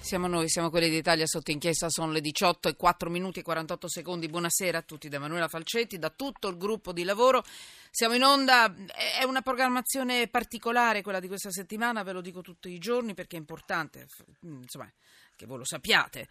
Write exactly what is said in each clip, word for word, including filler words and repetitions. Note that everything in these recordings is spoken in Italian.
Siamo noi, siamo quelli d'Italia sotto inchiesta, sono le diciotto e quattro minuti e quarantotto secondi. Buonasera a tutti da Emanuela Falcetti, da tutto il gruppo di lavoro. Siamo in onda, è una programmazione particolare quella di questa settimana, ve lo dico tutti i giorni perché è importante, insomma, che voi lo sappiate,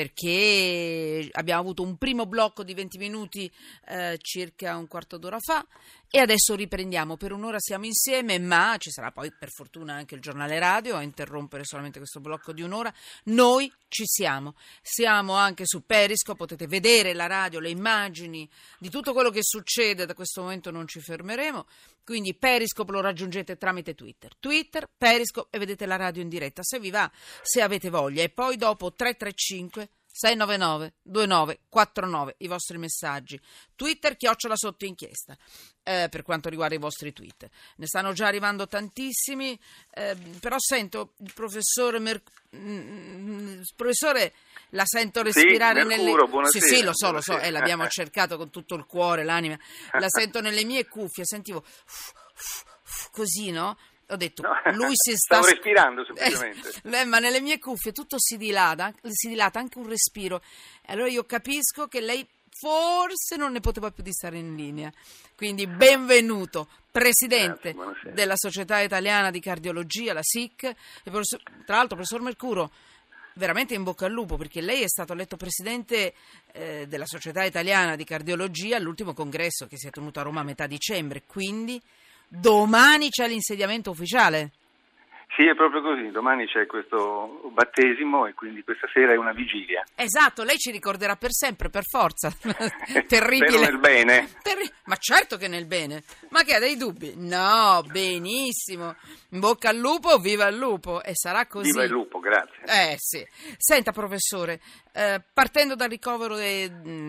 perché abbiamo avuto un primo blocco di venti minuti eh, circa un quarto d'ora fa e adesso riprendiamo. Per un'ora siamo insieme, ma ci sarà poi per fortuna anche il giornale radio a interrompere solamente questo blocco di un'ora. Noi ci siamo, siamo anche su Periscope, potete vedere la radio, le immagini di tutto quello che succede, da questo momento non ci fermeremo, quindi Periscope lo raggiungete tramite Twitter, Twitter, Periscope e vedete la radio in diretta, se vi va, se avete voglia, e poi dopo tre tre cinque sei nove nove due nove quattro nove i vostri messaggi, Twitter chiocciola sotto inchiesta. Eh, per quanto riguarda i vostri tweet ne stanno già arrivando tantissimi, eh, però sento il professore Mer... mm, professore la sento respirare sì, nelle Mercuro, buonasera, sì sì lo so buonasera. lo so, eh, l'abbiamo cercato con tutto il cuore, l'anima, la sento nelle mie cuffie, sentivo uff, uff, uff, così, no? Ho detto, no, lui si sta... Stavo respirando semplicemente. Eh, ma nelle mie cuffie tutto si dilata, si dilata, anche un respiro. E allora io capisco che lei forse non ne poteva più di stare in linea. Quindi benvenuto, Presidente Grazie, della Società Italiana di Cardiologia, la S I C. E professor, tra l'altro, professor Mercuro, veramente in bocca al lupo, perché lei è stato eletto Presidente eh, della Società Italiana di Cardiologia all'ultimo congresso che si è tenuto a Roma a metà dicembre, quindi... domani c'è l'insediamento ufficiale? Sì, è proprio così, domani c'è questo battesimo e quindi questa sera è una vigilia. Esatto, lei ci ricorderà per sempre, per forza. Terribile. Spero nel bene. Terri- ma certo che nel bene. Ma che ha dei dubbi? No, benissimo. In bocca al lupo, viva il lupo. E sarà così. Viva il lupo, grazie. Eh sì. Senta, professore, eh, partendo dal ricovero de,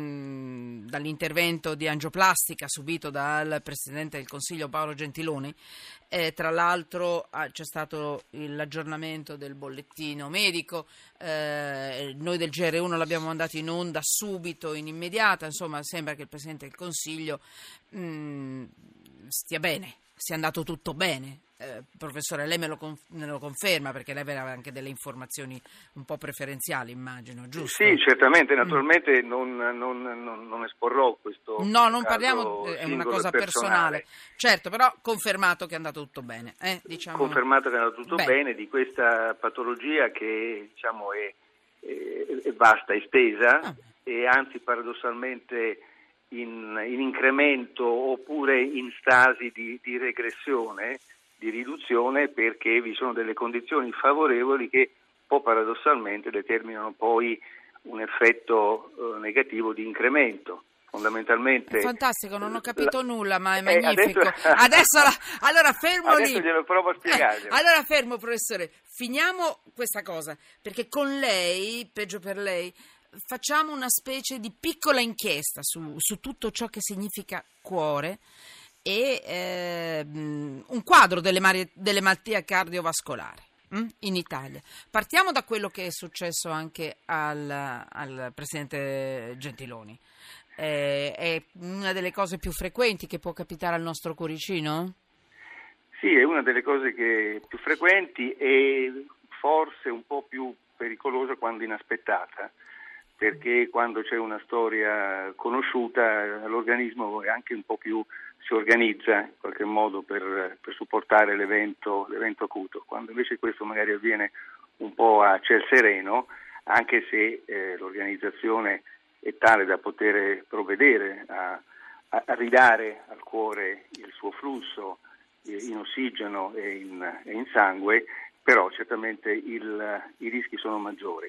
mh, dall'intervento di angioplastica subito dal Presidente del Consiglio Paolo Gentiloni, eh, tra l'altro ah, c'è stato l'aggiornamento del bollettino medico, eh, noi del G R uno l'abbiamo mandato in onda subito, in immediata, insomma sembra che il Presidente del Consiglio mh, stia bene, sia andato tutto bene. Eh, professore, lei me lo, conf- me lo conferma, perché lei aveva anche delle informazioni un po' preferenziali, immagino, giusto? Sì, certamente, naturalmente mm. non, non, non, non esporrò questo no, non parliamo, è una cosa personale. personale certo, però confermato che è andato tutto bene, eh? Diciamo... confermato che è andato tutto bene, bene di questa patologia che diciamo è, è, è vasta, estesa ah. e anzi paradossalmente in, in incremento oppure in stasi di, di regressione, di riduzione, perché vi sono delle condizioni favorevoli che un po' paradossalmente determinano poi un effetto eh, negativo di incremento. Fondamentalmente è fantastico, non ho capito la... nulla, ma è eh, magnifico. Adesso, adesso la... allora fermo adesso lì. glielo provo a spiegare. Eh, allora fermo, professore, finiamo questa cosa, perché con lei, peggio per lei, facciamo una specie di piccola inchiesta su, su tutto ciò che significa cuore e eh, un quadro delle, mari- delle malattie cardiovascolari hm? in Italia. Partiamo da quello che è successo anche al, al Presidente Gentiloni. Eh, è una delle cose più frequenti che può capitare al nostro cuoricino? Sì, è una delle cose che più frequenti e forse un po' più pericolosa quando inaspettata, perché quando c'è una storia conosciuta l'organismo è anche un po' più si organizza in qualche modo per, per supportare l'evento, l'evento acuto. Quando invece questo magari avviene un po' a ciel sereno, anche se eh, l'organizzazione è tale da poter provvedere a, a, a ridare al cuore il suo flusso in ossigeno e in, e in sangue, però certamente il, i rischi sono maggiori.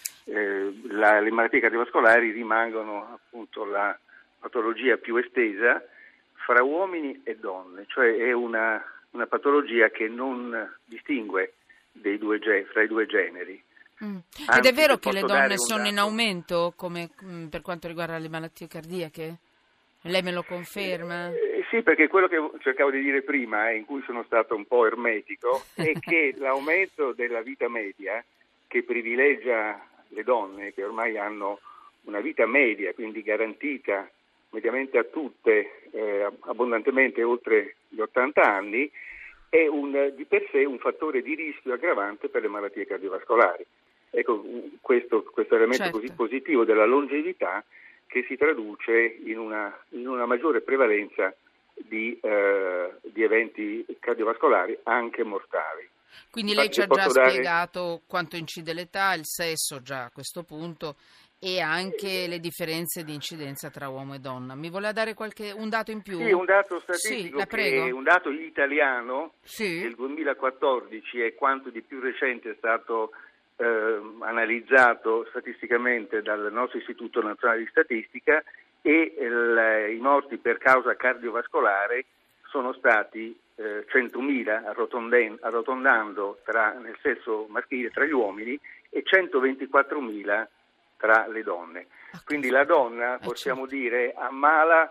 Eh, la, le malattie cardiovascolari rimangono appunto la patologia più estesa fra uomini e donne, cioè è una, una patologia che non distingue dei due, fra i due generi. Mm. Anzi, ed è vero che le donne sono dato. in aumento come mh, per quanto riguarda le malattie cardiache? Lei me lo conferma? Eh, sì, perché quello che cercavo di dire prima, eh, in cui sono stato un po' ermetico, è che l'aumento della vita media, che privilegia le donne, che ormai hanno una vita media, quindi garantita mediamente a tutte, eh, abbondantemente oltre gli ottanta anni, è un, di per sé un fattore di rischio aggravante per le malattie cardiovascolari. Ecco, questo, questo elemento certo. così positivo della longevità che si traduce in una, in una maggiore prevalenza di, eh, di eventi cardiovascolari anche mortali. Quindi Infatti, lei ci ha posso già dare... spiegato quanto incide l'età, il sesso già a questo punto e anche le differenze di incidenza tra uomo e donna. Mi voleva dare qualche, un dato in più? Sì, un dato Sì, statistico, la che prego. è un dato italiano Sì. del duemilaquattordici è quanto di più recente è stato eh, analizzato statisticamente dal nostro Istituto Nazionale di Statistica e il, i morti per causa cardiovascolare sono stati eh, centomila arrotondando tra, nel sesso maschile tra gli uomini e centoventiquattromila tra le donne. Quindi la donna, possiamo dire, ammala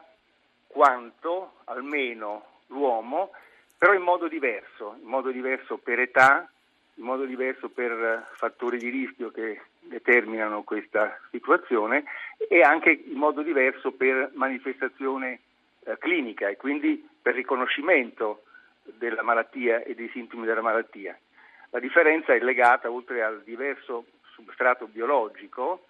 quanto almeno l'uomo, però in modo diverso, in modo diverso per età, in modo diverso per fattori di rischio che determinano questa situazione e anche in modo diverso per manifestazione eh, clinica e quindi per riconoscimento della malattia e dei sintomi della malattia. La differenza è legata, oltre al diverso substrato biologico,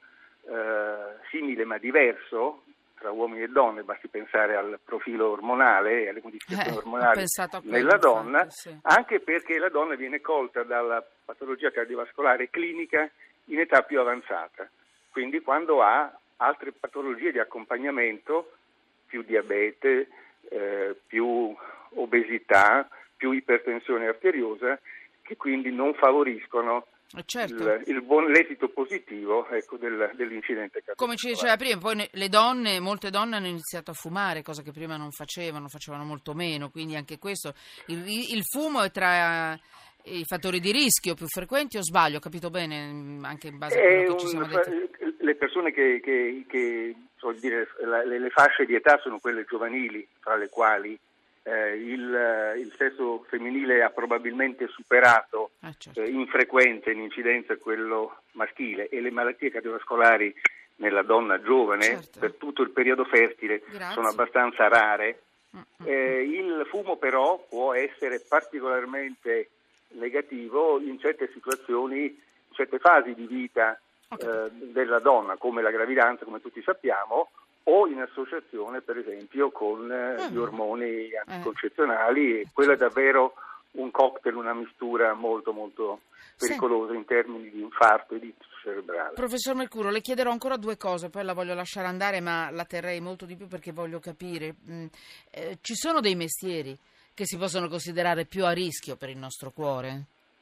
eh, simile ma diverso tra uomini e donne, basti pensare al profilo ormonale e alle modificazioni Eh, ormonali quello, nella donna, infatti, sì. anche perché la donna viene colta dalla patologia cardiovascolare clinica in età più avanzata, quindi quando ha altre patologie di accompagnamento, più diabete, eh, più obesità, più ipertensione arteriosa, che quindi non favoriscono Certo. il, il buon l'esito positivo ecco, del, dell'incidente cardiovascolare. Come ci diceva prima, poi ne- le donne, molte donne hanno iniziato a fumare, cosa che prima non facevano, facevano molto meno, quindi anche questo, il, il fumo è tra i fattori di rischio più frequenti, o sbaglio? Ho capito bene, anche in base a quello È che ci siamo un, detti? Le persone che, che, che so dire, le, le fasce di età sono quelle giovanili, fra le quali Eh, il, il sesso femminile ha probabilmente superato Ah, certo. eh, in frequenza, in incidenza, quello maschile, e le malattie cardiovascolari nella donna giovane Certo. per tutto il periodo fertile Grazie. sono abbastanza rare. Mm-hmm. Eh, il fumo però può essere particolarmente negativo in certe situazioni, in certe fasi di vita eh, della donna, come la gravidanza, come tutti sappiamo, o in associazione per esempio con eh, gli ormoni anticoncezionali, e quello è davvero un cocktail, una mistura molto molto pericolosa in termini di infarto e di cerebrale. Professor Mercurio, le chiederò ancora due cose, poi la voglio lasciare andare, ma la terrei molto di più perché voglio capire. Mm, eh, ci sono dei mestieri che si possono considerare più a rischio per il nostro cuore?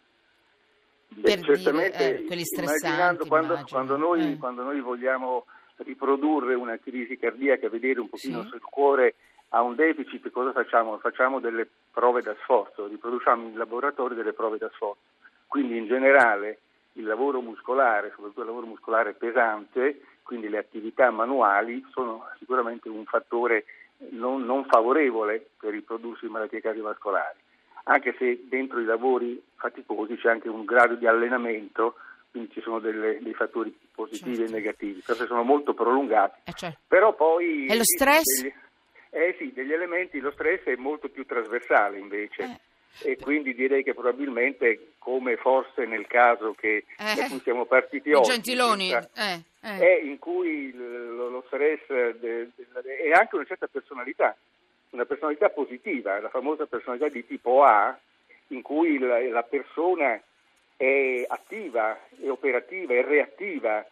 Beh, Per certamente, dire, eh, quelli stressanti, quando, immagino. quando, noi, Eh. quando noi vogliamo riprodurre una crisi cardiaca, vedere un pochino Sì. se il cuore ha un deficit, cosa facciamo? Facciamo delle prove da sforzo, riproduciamo in laboratorio delle prove da sforzo. Quindi in generale il lavoro muscolare, soprattutto il lavoro muscolare pesante, quindi le attività manuali, sono sicuramente un fattore non, non favorevole per riprodursi di malattie cardiovascolari, anche se dentro i lavori faticosi c'è anche un grado di allenamento, quindi ci sono delle, dei fattori positivi certo. e negativi, perché sono molto prolungati. Eh, certo. Però poi E lo stress? Degli, eh sì, degli elementi, lo stress è molto più trasversale invece. Eh. E quindi direi che probabilmente, come forse nel caso che Eh. da cui siamo partiti I oggi, Gentiloni, questa- eh, eh. è in cui lo, lo stress de, de, è anche una certa personalità, una personalità positiva, la famosa personalità di tipo A, in cui la, la persona è attiva, è operativa, è reattiva,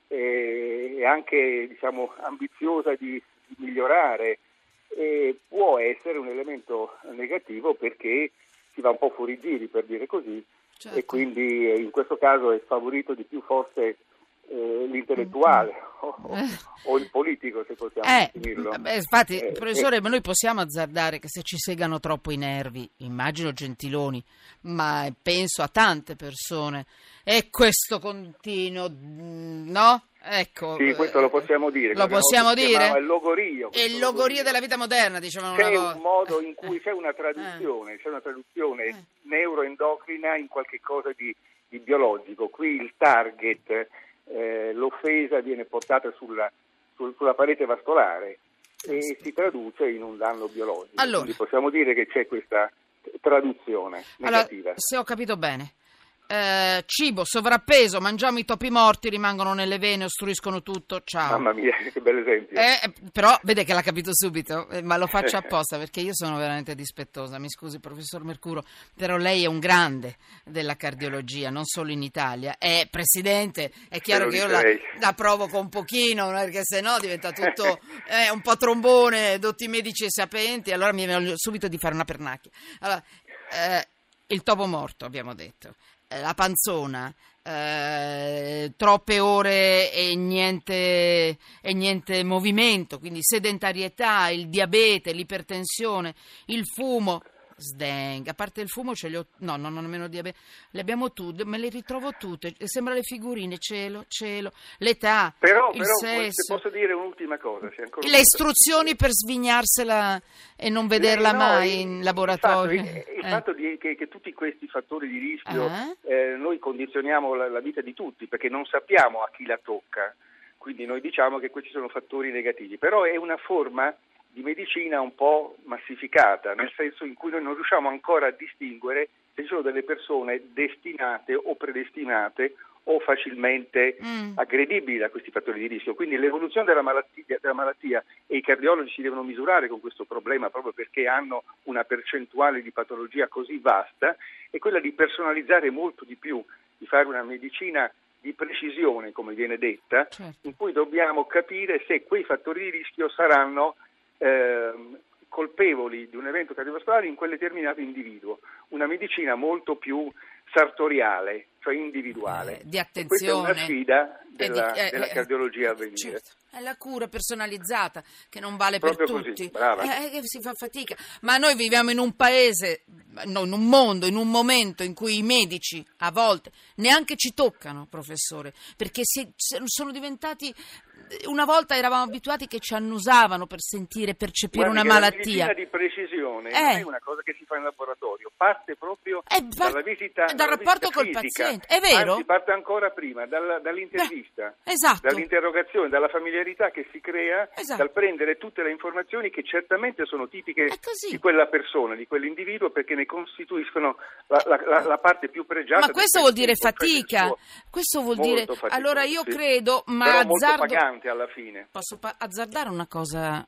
è, è anche diciamo ambiziosa di, di migliorare, e può essere un elemento negativo perché si va un po' fuori giri, per dire così, Certo. e quindi eh, in questo caso è favorito di più forse eh, l'intellettuale o, o, o il politico, se possiamo Eh, definirlo. beh, infatti, Eh, professore, eh. ma noi possiamo azzardare che se ci segano troppo i nervi, immagino Gentiloni, ma penso a tante persone, e questo continuo, no? Ecco, Sì, questo lo possiamo dire. Lo Una possiamo volta si dire? chiamava il logorio. È il logorio della vita moderna, dicevano C'è una volta. un modo in cui Eh, c'è una traduzione, c'è una traduzione Eh. neuroendocrina in qualche cosa di, di biologico. Qui il target, eh, l'offesa viene portata sulla, sul- sulla parete vascolare e si traduce in un danno biologico. Allora. Quindi possiamo dire che c'è questa traduzione Allora, negativa. se ho capito bene, Eh, cibo, sovrappeso, mangiamo i topi morti, rimangono nelle vene, ostruiscono tutto, ciao. Mamma mia, che bel esempio. Eh, però vede che l'ha capito subito, eh, ma lo faccio apposta perché io sono veramente dispettosa, mi scusi professor Mercuro, però lei è un grande della cardiologia, non solo in Italia, è presidente, è chiaro che io la, la provoco un pochino, perché sennò diventa tutto eh, un po' trombone, dotti medici e sapienti, allora mi voglio subito di fare una pernacchia. Allora, eh, il topo morto abbiamo detto, la panzona, eh, troppe ore e niente, e niente movimento, quindi sedentarietà, il diabete, l'ipertensione, il fumo, sdeng, a parte il fumo ce li ho, no, no, non nemmeno diabete, le abbiamo tutte, me le ritrovo tutte, sembra le figurine, cielo, cielo, l'età, però, il però, sesso. Se posso dire un'ultima cosa, le istruzioni per svignarsela e non vederla eh, no, mai il, in laboratorio. Il fatto, il, il eh. fatto di, che, che tutti questi fattori di rischio eh? eh, noi condizioniamo la, la vita di tutti perché non sappiamo a chi la tocca, quindi noi diciamo che questi sono fattori negativi, però è una forma di medicina un po' massificata, nel senso in cui noi non riusciamo ancora a distinguere se ci sono delle persone destinate o predestinate o facilmente mm. aggredibili da questi fattori di rischio. Quindi l'evoluzione della malattia, della malattia e i cardiologi si devono misurare con questo problema proprio perché hanno una percentuale di patologia così vasta, è quella di personalizzare molto di più, di fare una medicina di precisione, come viene detta, certo. in cui dobbiamo capire se quei fattori di rischio saranno eh, colpevoli di un evento cardiovascolare in quel determinato individuo. Una medicina molto più sartoriale, cioè individuale. Eh, di attenzione. Questa è una sfida della, di, eh, della cardiologia a venire. Certo. È la cura personalizzata che non vale Proprio per tutti. Così, brava. Eh, che si fa fatica. Ma noi viviamo in un paese, no, in un mondo, in un momento in cui i medici a volte neanche ci toccano, professore, perché si, sono diventati. Una volta eravamo abituati che ci annusavano per sentire, percepire Guardi una che malattia. La medicina di precisione eh. non è una cosa che si fa in laboratorio, parte proprio eh, dalla visita dal dalla rapporto visita col fisica. paziente, è vero? Anzi, parte ancora prima, dalla, dall'intervista, Beh, esatto. dall'interrogazione, dalla familiarità che si crea, esatto. dal prendere tutte le informazioni che certamente sono tipiche di quella persona, di quell'individuo, perché ne costituiscono la, la, la, la parte più pregiata. Ma questo vuol dire fatica, questo vuol molto dire. Faticoso, allora io sì. credo, ma però azzardo. molto pagante alla fine. Posso pa- azzardare una cosa?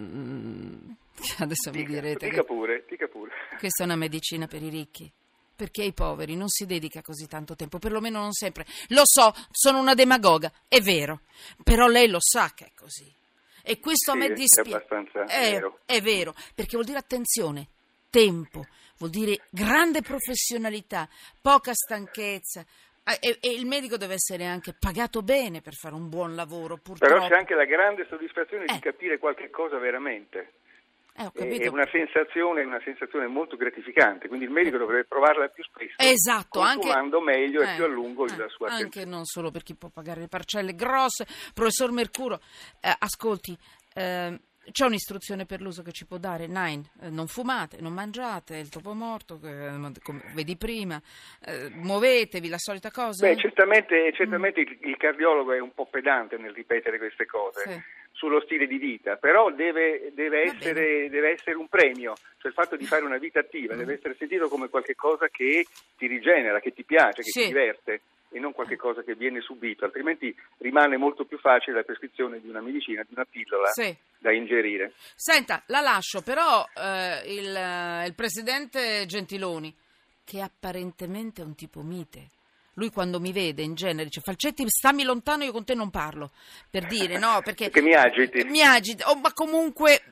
Mm, adesso dica, mi direte. Dica che pure, dica pure. Questa è una medicina per i ricchi. Perché ai poveri non si dedica così tanto tempo, perlomeno non sempre. Lo so, sono una demagoga, è vero, però lei lo sa che è così. E questo sì, a me dispiace. È abbastanza è, vero. È vero, perché vuol dire attenzione, tempo, vuol dire grande professionalità, poca stanchezza. E, e il medico deve essere anche pagato bene per fare un buon lavoro, purtroppo. Però c'è anche la grande soddisfazione eh. di capire qualche cosa veramente. Eh, ho capito. È una sensazione, una sensazione molto gratificante, quindi il medico dovrebbe provarla più spesso, esatto, consumando anche, meglio eh, e più a lungo eh, la sua anche attenzione. Non solo per chi può pagare le parcelle grosse. Professor Mercuro, eh, ascolti, eh, c'è un'istruzione per l'uso che ci può dare? Nine, eh, non fumate, non mangiate, il topo morto, eh, come vedi prima, eh, muovetevi, la solita cosa? Beh, certamente, certamente mm. il, il cardiologo è un po' pedante nel ripetere queste cose. Sì. Sullo stile di vita, però deve, deve, essere, deve essere un premio, cioè il fatto di fare una vita attiva deve essere sentito come qualche cosa che ti rigenera, che ti piace, che sì. ti diverte e non qualche cosa che viene subito, altrimenti rimane molto più facile la prescrizione di una medicina, di una pillola sì. da ingerire. Senta, la lascio, però eh, il, il presidente Gentiloni, che apparentemente è un tipo mite, lui quando mi vede in genere dice Falcetti stammi lontano, io con te non parlo, per dire no, perché, perché mi agiti mi agiti, oh, ma comunque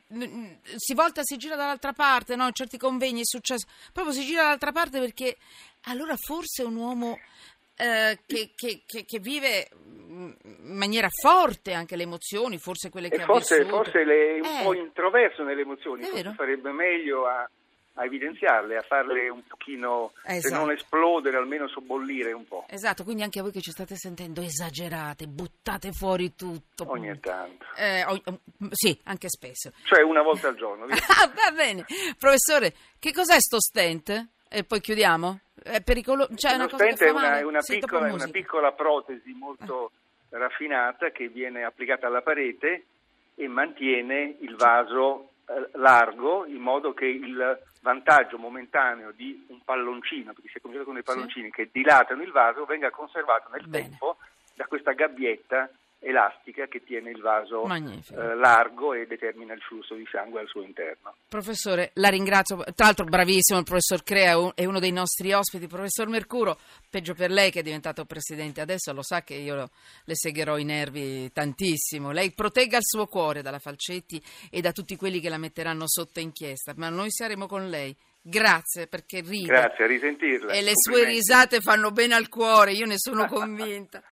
si volta, si gira dall'altra parte, no? In certi convegni è successo, proprio si gira dall'altra parte perché allora forse è un uomo eh, che, che, che, che vive in maniera forte anche le emozioni, forse quelle che e ha forse, vissuto forse le, un eh. po' introverso nelle emozioni, È forse vero? farebbe meglio a a evidenziarle, a farle un pochino, esatto. se non esplodere, almeno sobbollire un po'. Esatto, quindi anche voi che ci state sentendo, esagerate, buttate fuori tutto. Ogni tanto. Eh, oh, sì, anche spesso. Cioè una volta al giorno. Ah, va bene. Professore, che cos'è sto stent? E poi chiudiamo? È pericoloso? Cioè, è una cosa che fa è una, male? è una, sì, piccola, una piccola protesi molto ah. raffinata che viene applicata alla parete e mantiene il vaso eh, largo, in modo che il vantaggio momentaneo di un palloncino, perché si è cominciato con dei palloncini sì. che dilatano il vaso, venga conservato nel Bene. tempo da questa gabbietta elastica che tiene il vaso eh, largo e determina il flusso di sangue al suo interno. Professore, la ringrazio, tra l'altro bravissimo il professor Crea, è uno dei nostri ospiti. Professor Mercuro, peggio per lei che è diventato presidente adesso, lo sa che io le segherò i nervi tantissimo. Lei protegga il suo cuore dalla Falcetti e da tutti quelli che la metteranno sotto inchiesta, ma noi saremo con lei. Grazie, perché ride. Grazie, a risentirla. E le sue risate fanno bene al cuore, io ne sono convinta.